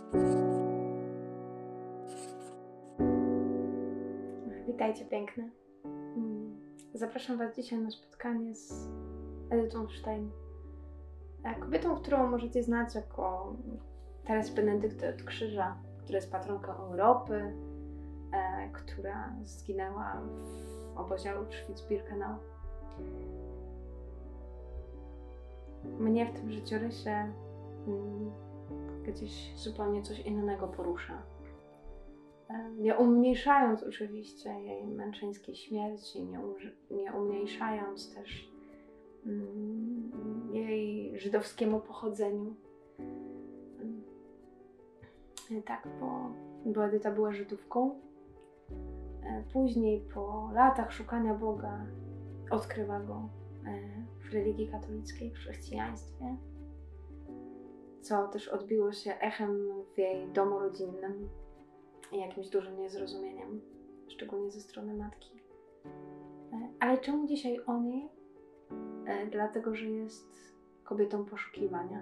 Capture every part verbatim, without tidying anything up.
Witajcie piękne. Zapraszam Was dzisiaj na spotkanie z Edytą Stein. Kobietą, którą możecie znać jako Teresę Benedykty od Krzyża, która jest patronką Europy, która zginęła w obozie Auschwitz-Birkenau. Mnie w tym życiorysie gdzieś zupełnie coś innego porusza. Nie umniejszając oczywiście jej męczeńskiej śmierci, nie, nie umniejszając też mm, jej żydowskiemu pochodzeniu. Tak, bo, bo Edyta była Żydówką. Później po latach szukania Boga odkrywa go w religii katolickiej, w chrześcijaństwie, co też odbiło się echem w jej domu rodzinnym i jakimś dużym niezrozumieniem, szczególnie ze strony matki. Ale czemu dzisiaj o niej? Dlatego, że jest kobietą poszukiwania.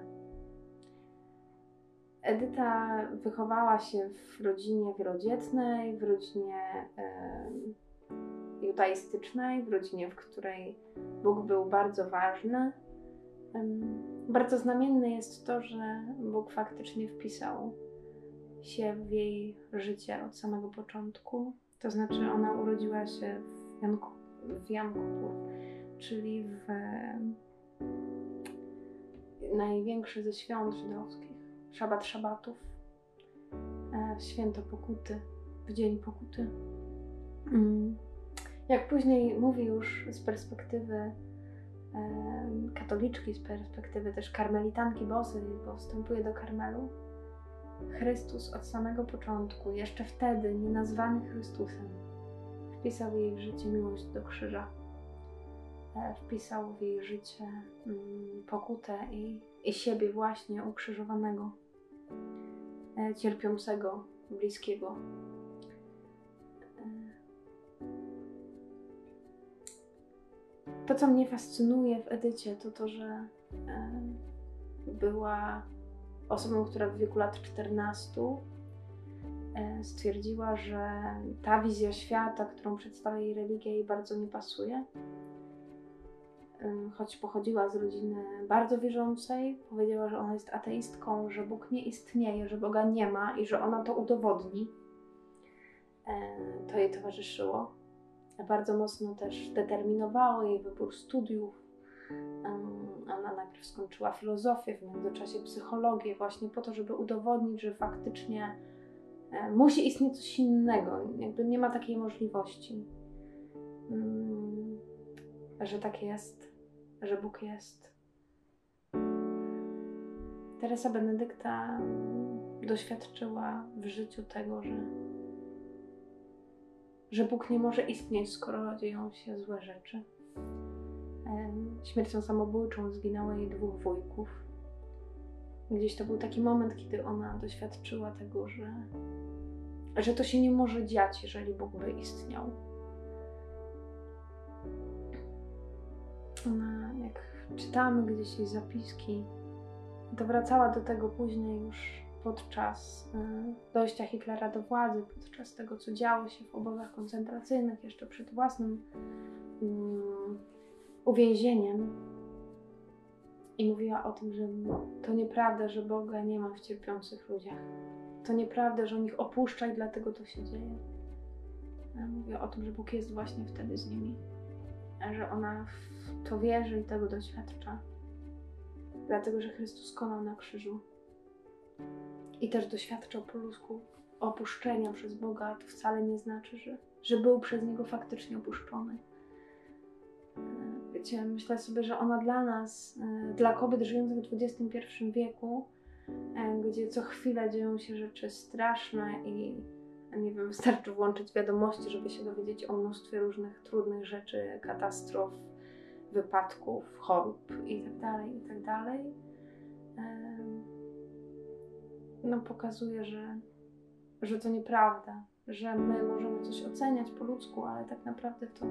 Edyta wychowała się w rodzinie wielodzietnej, w rodzinie e, judaistycznej, w rodzinie, w której Bóg był bardzo ważny. E, bardzo znamienne jest to, że Bóg faktycznie wpisał się w jej życie od samego początku. To znaczy ona urodziła się w, Janku, w Jom Kippur, czyli w największy ze świąt żydowskich, szabat szabatów, w święto pokuty, w dzień pokuty. Jak później mówi już z perspektywy katoliczki, z perspektywy też karmelitanki bosej, bo wstępuje do Karmelu, Chrystus od samego początku, jeszcze wtedy nie nazwany Chrystusem, wpisał w jej życie miłość do krzyża. Wpisał w jej życie pokutę i, i siebie właśnie ukrzyżowanego, cierpiącego, bliskiego. To, co mnie fascynuje w Edycie, to to, że była osobą, która w wieku lat czternastu stwierdziła, że ta wizja świata, którą przedstawia jej religia, jej bardzo nie pasuje. Choć pochodziła z rodziny bardzo wierzącej, powiedziała, że ona jest ateistką, że Bóg nie istnieje, że Boga nie ma i że ona to udowodni. To jej towarzyszyło. Bardzo mocno też determinowało jej wybór studiów. Ona najpierw skończyła filozofię, w międzyczasie psychologię, właśnie po to, żeby udowodnić, że faktycznie musi istnieć coś innego, jakby nie ma takiej możliwości, że tak jest, że Bóg jest. Teresa Benedykta doświadczyła w życiu tego, że, że Bóg nie może istnieć, skoro dzieją się złe rzeczy. Śmiercią samobójczą zginęło jej dwóch wujków. Gdzieś to był taki moment, kiedy ona doświadczyła tego, że, że to się nie może dziać, jeżeli Bóg by istniał. Ona, jak czytamy gdzieś jej zapiski, to wracała do tego później już podczas dojścia Hitlera do władzy, podczas tego, co działo się w obozach koncentracyjnych, jeszcze przed własnym um, uwięzieniem. I mówiła o tym, że to nieprawda, że Boga nie ma w cierpiących ludziach. To nieprawda, że on ich opuszcza i dlatego to się dzieje. Mówiła o tym, że Bóg jest właśnie wtedy z nimi. Że ona w to wierzy i tego doświadcza. Dlatego, że Chrystus konał na krzyżu. I też doświadczał po ludzku opuszczenia przez Boga. To wcale nie znaczy, że, że był przez Niego faktycznie opuszczony. Wiecie, myślę sobie, że ona dla nas, dla kobiet żyjących w dwudziestym pierwszym wieku, gdzie co chwilę dzieją się rzeczy straszne i nie wiem, wystarczy włączyć wiadomości, żeby się dowiedzieć o mnóstwie różnych trudnych rzeczy, katastrof, wypadków, chorób itd., itd. No pokazuje, że, że to nieprawda, że my możemy coś oceniać po ludzku, ale tak naprawdę to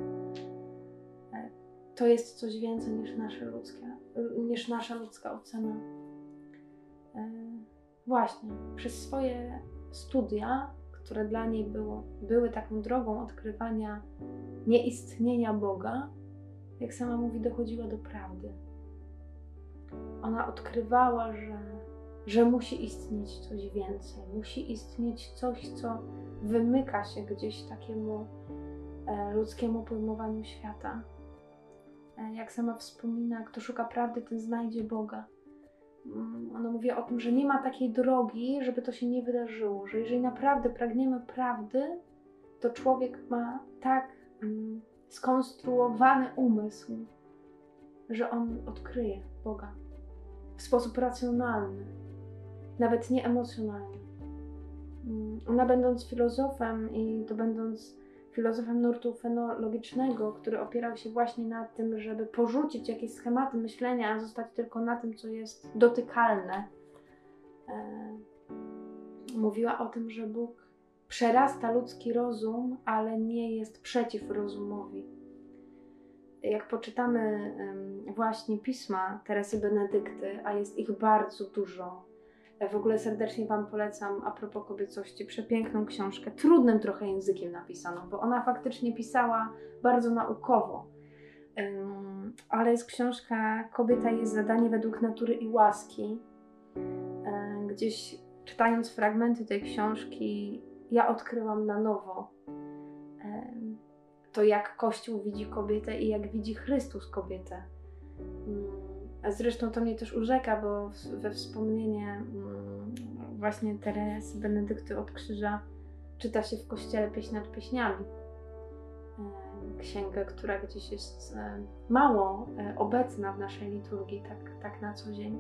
to jest coś więcej niż nasze ludzkie, niż nasza ludzka ocena. właśnie przez swoje studia, które dla niej było, były taką drogą odkrywania nieistnienia Boga, jak sama mówi, dochodziła do prawdy. Ona odkrywała, że, że musi istnieć coś więcej, musi istnieć coś, co wymyka się gdzieś takiemu e, ludzkiemu pojmowaniu świata. E, jak sama wspomina, kto szuka prawdy, ten znajdzie Boga. Ona mówi o tym, że nie ma takiej drogi, żeby to się nie wydarzyło, że jeżeli naprawdę pragniemy prawdy, to człowiek ma tak mm, skonstruowany umysł, że on odkryje Boga w sposób racjonalny, nawet nie emocjonalny. Ona, będąc filozofem i to będąc filozofem nurtu fenologicznego, który opierał się właśnie na tym, żeby porzucić jakieś schematy myślenia, a zostać tylko na tym, co jest dotykalne, e, mówiła o tym, że Bóg przerasta ludzki rozum, ale nie jest przeciw rozumowi. Jak poczytamy właśnie pisma Teresy Benedykty, a jest ich bardzo dużo, w ogóle serdecznie Wam polecam a propos kobiecości przepiękną książkę, trudnym trochę językiem napisaną, bo ona faktycznie pisała bardzo naukowo, ale jest książka Kobieta jest zadanie według natury i łaski. Gdzieś czytając fragmenty tej książki, ja odkryłam na nowo to, jak Kościół widzi kobietę i jak widzi Chrystus kobietę. Zresztą to mnie też urzeka, bo we wspomnienie właśnie Teresy Benedykty od Krzyża czyta się w kościele Pieśń nad pieśniami. Księgę, która gdzieś jest mało obecna w naszej liturgii, tak, tak na co dzień.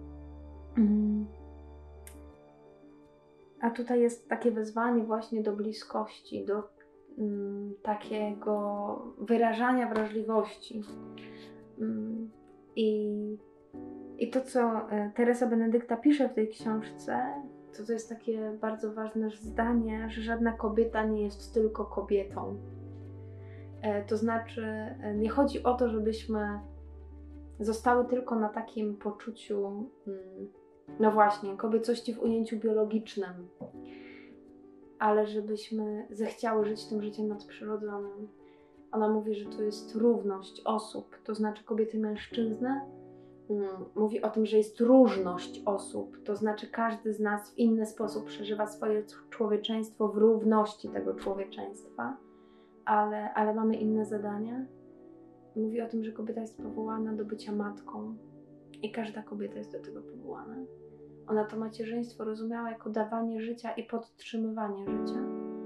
A tutaj jest takie wezwanie właśnie do bliskości, do mm, takiego wyrażania wrażliwości. Mm, i, I to, co Teresa Benedykta pisze w tej książce, to to jest takie bardzo ważne zdanie, że żadna kobieta nie jest tylko kobietą. E, to znaczy, nie chodzi o to, żebyśmy zostały tylko na takim poczuciu, mm, no właśnie, kobiecości w ujęciu biologicznym, ale żebyśmy zechciały żyć tym życiem nadprzyrodzonym. Ona mówi, że to jest równość osób, to znaczy kobiety i mężczyzny. Mówi o tym, że jest różność osób, to znaczy każdy z nas w inny sposób przeżywa swoje człowieczeństwo w równości tego człowieczeństwa, ale, ale mamy inne zadania. Mówi o tym, że kobieta jest powołana do bycia matką i każda kobieta jest do tego powołana. Ona to macierzyństwo rozumiała jako dawanie życia i podtrzymywanie życia.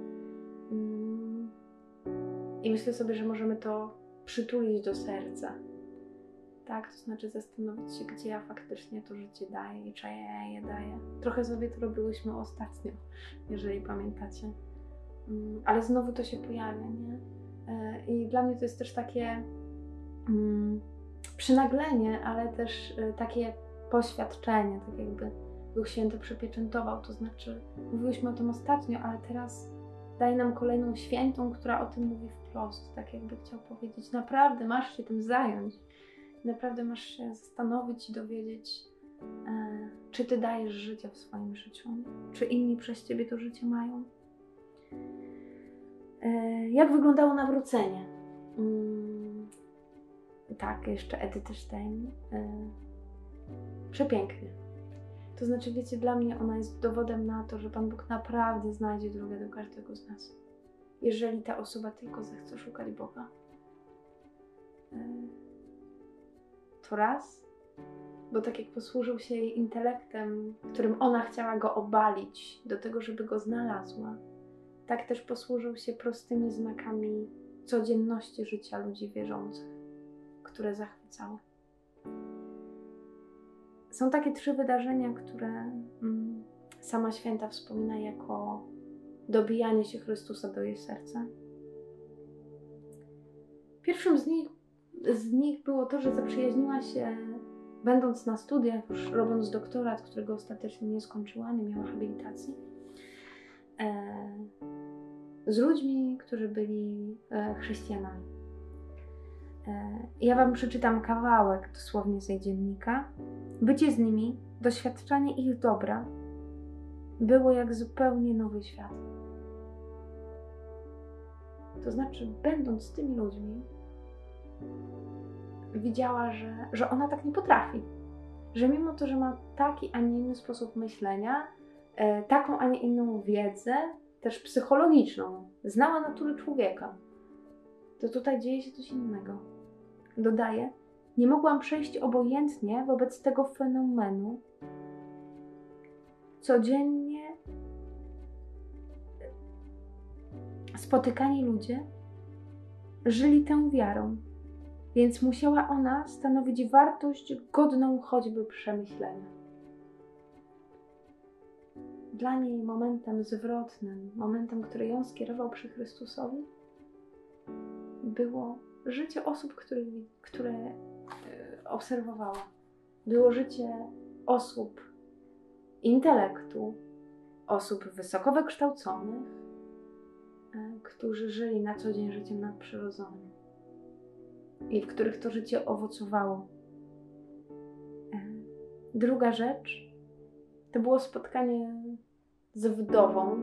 I myślę sobie, że możemy to przytulić do serca. Tak, to znaczy zastanowić się, gdzie ja faktycznie to życie daję i czy ja je daję. Trochę sobie to robiłyśmy ostatnio, jeżeli pamiętacie. Ale znowu to się pojawia, nie? I dla mnie to jest też takie um, przynaglenie, ale też takie poświadczenie, tak jakby Duch Święty przypieczętował. To znaczy, mówiłyśmy o tym ostatnio, ale teraz daje nam kolejną świętą, która o tym mówi wprost. Tak jakby chciał powiedzieć, naprawdę masz się tym zająć. Naprawdę masz się zastanowić i dowiedzieć, e, czy ty dajesz życie w swoim życiu, czy inni przez ciebie to życie mają. E, jak wyglądało nawrócenie? Mm, tak, jeszcze Edyty Stein. E, przepięknie. To znaczy, wiecie, dla mnie ona jest dowodem na to, że Pan Bóg naprawdę znajdzie drogę do każdego z nas. Jeżeli ta osoba tylko zechce szukać Boga. E, to raz, bo tak jak posłużył się jej intelektem, którym ona chciała go obalić do tego, żeby go znalazła, tak też posłużył się prostymi znakami codzienności życia ludzi wierzących, które zachwycały. Są takie trzy wydarzenia, które mm, sama święta wspomina jako dobijanie się Chrystusa do jej serca. Pierwszym z nich Z nich było to, że zaprzyjaźniła się, będąc na studiach, już robiąc doktorat, którego ostatecznie nie skończyła, nie miała habilitacji, e, z ludźmi, którzy byli e, chrześcijanami. E, ja Wam przeczytam kawałek dosłownie z jej dziennika. Bycie z nimi, doświadczanie ich dobra było jak zupełnie nowy świat. To znaczy, będąc z tymi ludźmi, widziała, że, że ona tak nie potrafi. Że mimo to, że ma taki, a nie inny sposób myślenia, e, taką, a nie inną wiedzę, też psychologiczną, znała natury człowieka, to tutaj dzieje się coś innego. Dodaje, nie mogłam przejść obojętnie wobec tego fenomenu. Codziennie spotykani ludzie żyli tę wiarą, więc musiała ona stanowić wartość godną choćby przemyślenia. Dla niej momentem zwrotnym, momentem, który ją skierował przy Chrystusowi, było życie osób, które, które obserwowała. Było życie osób intelektu, osób wysoko wykształconych, którzy żyli na co dzień życiem nadprzyrodzonym i w których to życie owocowało. Druga rzecz to było spotkanie z wdową.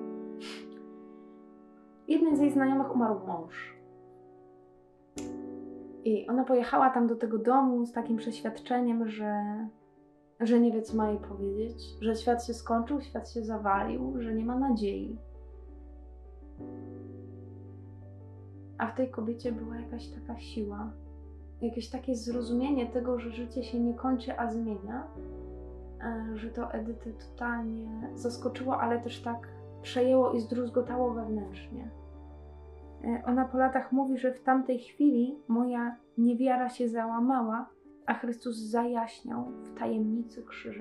Jednej z jej znajomych umarł mąż. I ona pojechała tam do tego domu z takim przeświadczeniem, że, że nie wie, co ma jej powiedzieć, że świat się skończył, świat się zawalił, że nie ma nadziei. A w tej kobiecie była jakaś taka siła, jakieś takie zrozumienie tego, że życie się nie kończy, a zmienia, że to Edytę totalnie zaskoczyło, ale też tak przejęło i zdruzgotało wewnętrznie. Ona po latach mówi, że w tamtej chwili moja niewiara się załamała, a Chrystus zajaśniał w tajemnicy krzyża.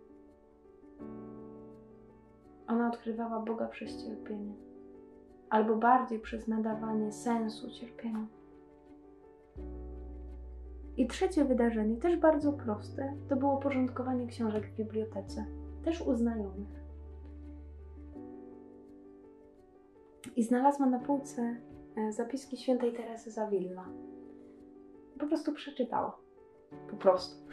Ona odkrywała Boga przez cierpienie, albo bardziej przez nadawanie sensu cierpieniu. I trzecie wydarzenie, też bardzo proste, to było porządkowanie książek w bibliotece, też u znajomych. I znalazła na półce zapiski świętej Teresy z Avila. Po prostu przeczytała. Po prostu.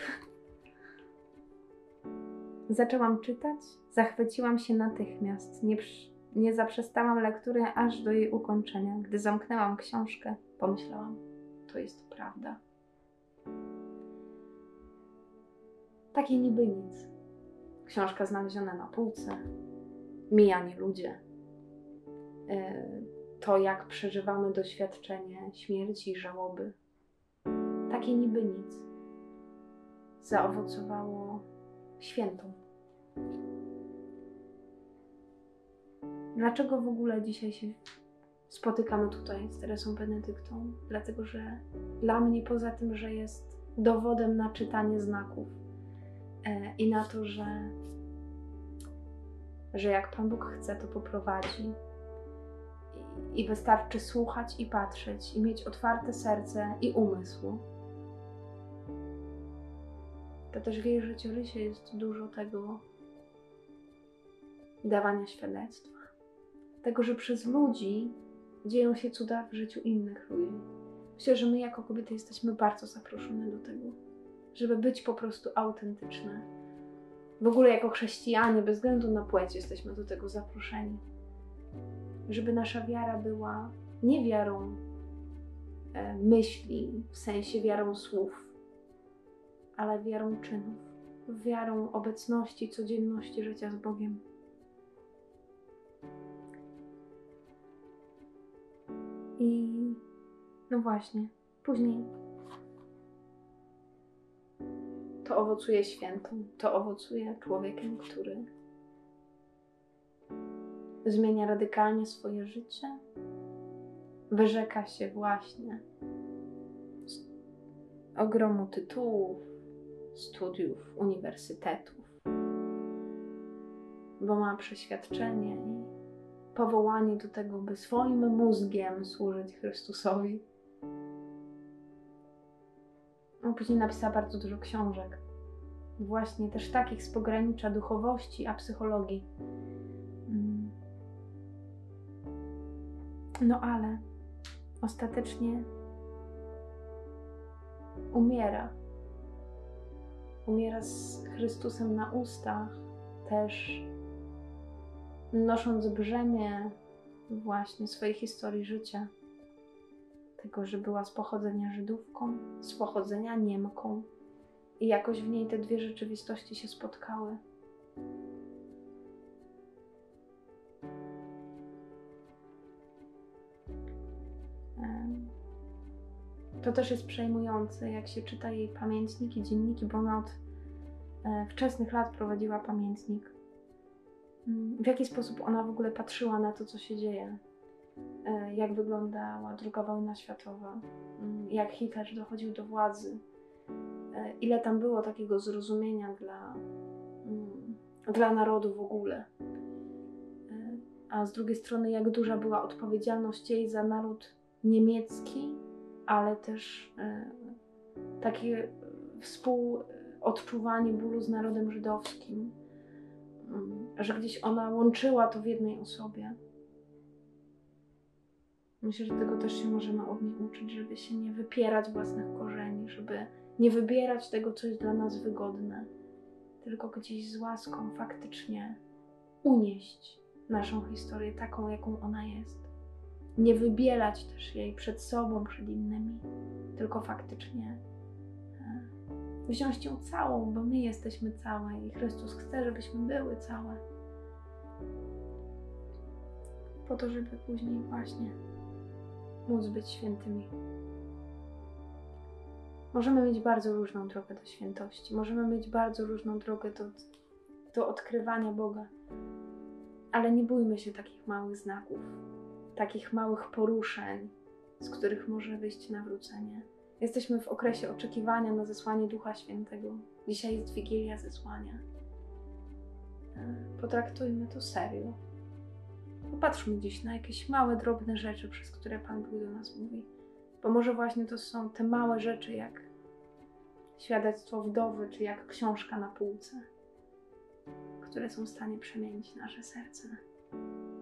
Zaczęłam czytać, zachwyciłam się natychmiast. Nie, nie zaprzestałam lektury aż do jej ukończenia. Gdy zamknęłam książkę, pomyślałam, to jest prawda. Takie niby nic. Książka znaleziona na półce, mijani ludzie, to jak przeżywamy doświadczenie śmierci i żałoby. Takie niby nic zaowocowało świętą. Dlaczego w ogóle dzisiaj się spotykamy tutaj z Teresą Benedyktą? Dlatego, że dla mnie poza tym, że jest dowodem na czytanie znaków e, i na to, że, że jak Pan Bóg chce, to poprowadzi i, i wystarczy słuchać i patrzeć i mieć otwarte serce i umysł, to też w jej życiorysie jest dużo tego dawania świadectwa. Tego, że przez ludzi dzieją się cuda w życiu innych ludzi. Myślę, że my jako kobiety jesteśmy bardzo zaproszone do tego, żeby być po prostu autentyczne. W ogóle jako chrześcijanie, bez względu na płeć, jesteśmy do tego zaproszeni. Żeby nasza wiara była nie wiarą e, myśli, w sensie wiarą słów, ale wiarą czynów, wiarą obecności, codzienności życia z Bogiem. I no właśnie, później to owocuje świętą, to owocuje człowiekiem, który zmienia radykalnie swoje życie, wyrzeka się właśnie z ogromu tytułów, studiów, uniwersytetów, bo ma przeświadczenie i powołanie do tego, by swoim mózgiem służyć Chrystusowi. A później napisała bardzo dużo książek, właśnie też takich z pogranicza duchowości a psychologii. No ale ostatecznie umiera. Umiera z Chrystusem na ustach, też nosząc brzemię właśnie swojej historii życia, tego, że była z pochodzenia Żydówką, z pochodzenia Niemką i jakoś w niej te dwie rzeczywistości się spotkały. To też jest przejmujące, jak się czyta jej pamiętniki, dzienniki, bo ona od e, wczesnych lat prowadziła pamiętnik. W jaki sposób ona w ogóle patrzyła na to, co się dzieje, e, jak wyglądała druga wojna światowa, jak Hitler dochodził do władzy, e, ile tam było takiego zrozumienia dla, dla narodu w ogóle. E, a z drugiej strony, jak duża była odpowiedzialność jej za naród niemiecki, ale też e, takie współodczuwanie bólu z narodem żydowskim, e, że gdzieś ona łączyła to w jednej osobie. Myślę, że tego też się możemy od niej uczyć, żeby się nie wypierać własnych korzeni, żeby nie wybierać tego, co jest dla nas wygodne, tylko gdzieś z łaską faktycznie unieść naszą historię taką, jaką ona jest. Nie wybielać też jej przed sobą, przed innymi, tylko faktycznie wziąć ją całą, bo my jesteśmy całe i Chrystus chce, żebyśmy były całe. Po to, żeby później właśnie móc być świętymi. Możemy mieć bardzo różną drogę do świętości, możemy mieć bardzo różną drogę do, do odkrywania Boga, ale nie bójmy się takich małych znaków, takich małych poruszeń, z których może wyjść nawrócenie. Jesteśmy w okresie oczekiwania na zesłanie Ducha Świętego. Dzisiaj jest Wigilia zesłania. Potraktujmy to serio. Popatrzmy dziś na jakieś małe, drobne rzeczy, przez które Pan Bóg do nas mówi. Bo może właśnie to są te małe rzeczy, jak świadectwo wdowy, czy jak książka na półce, które są w stanie przemienić nasze serce.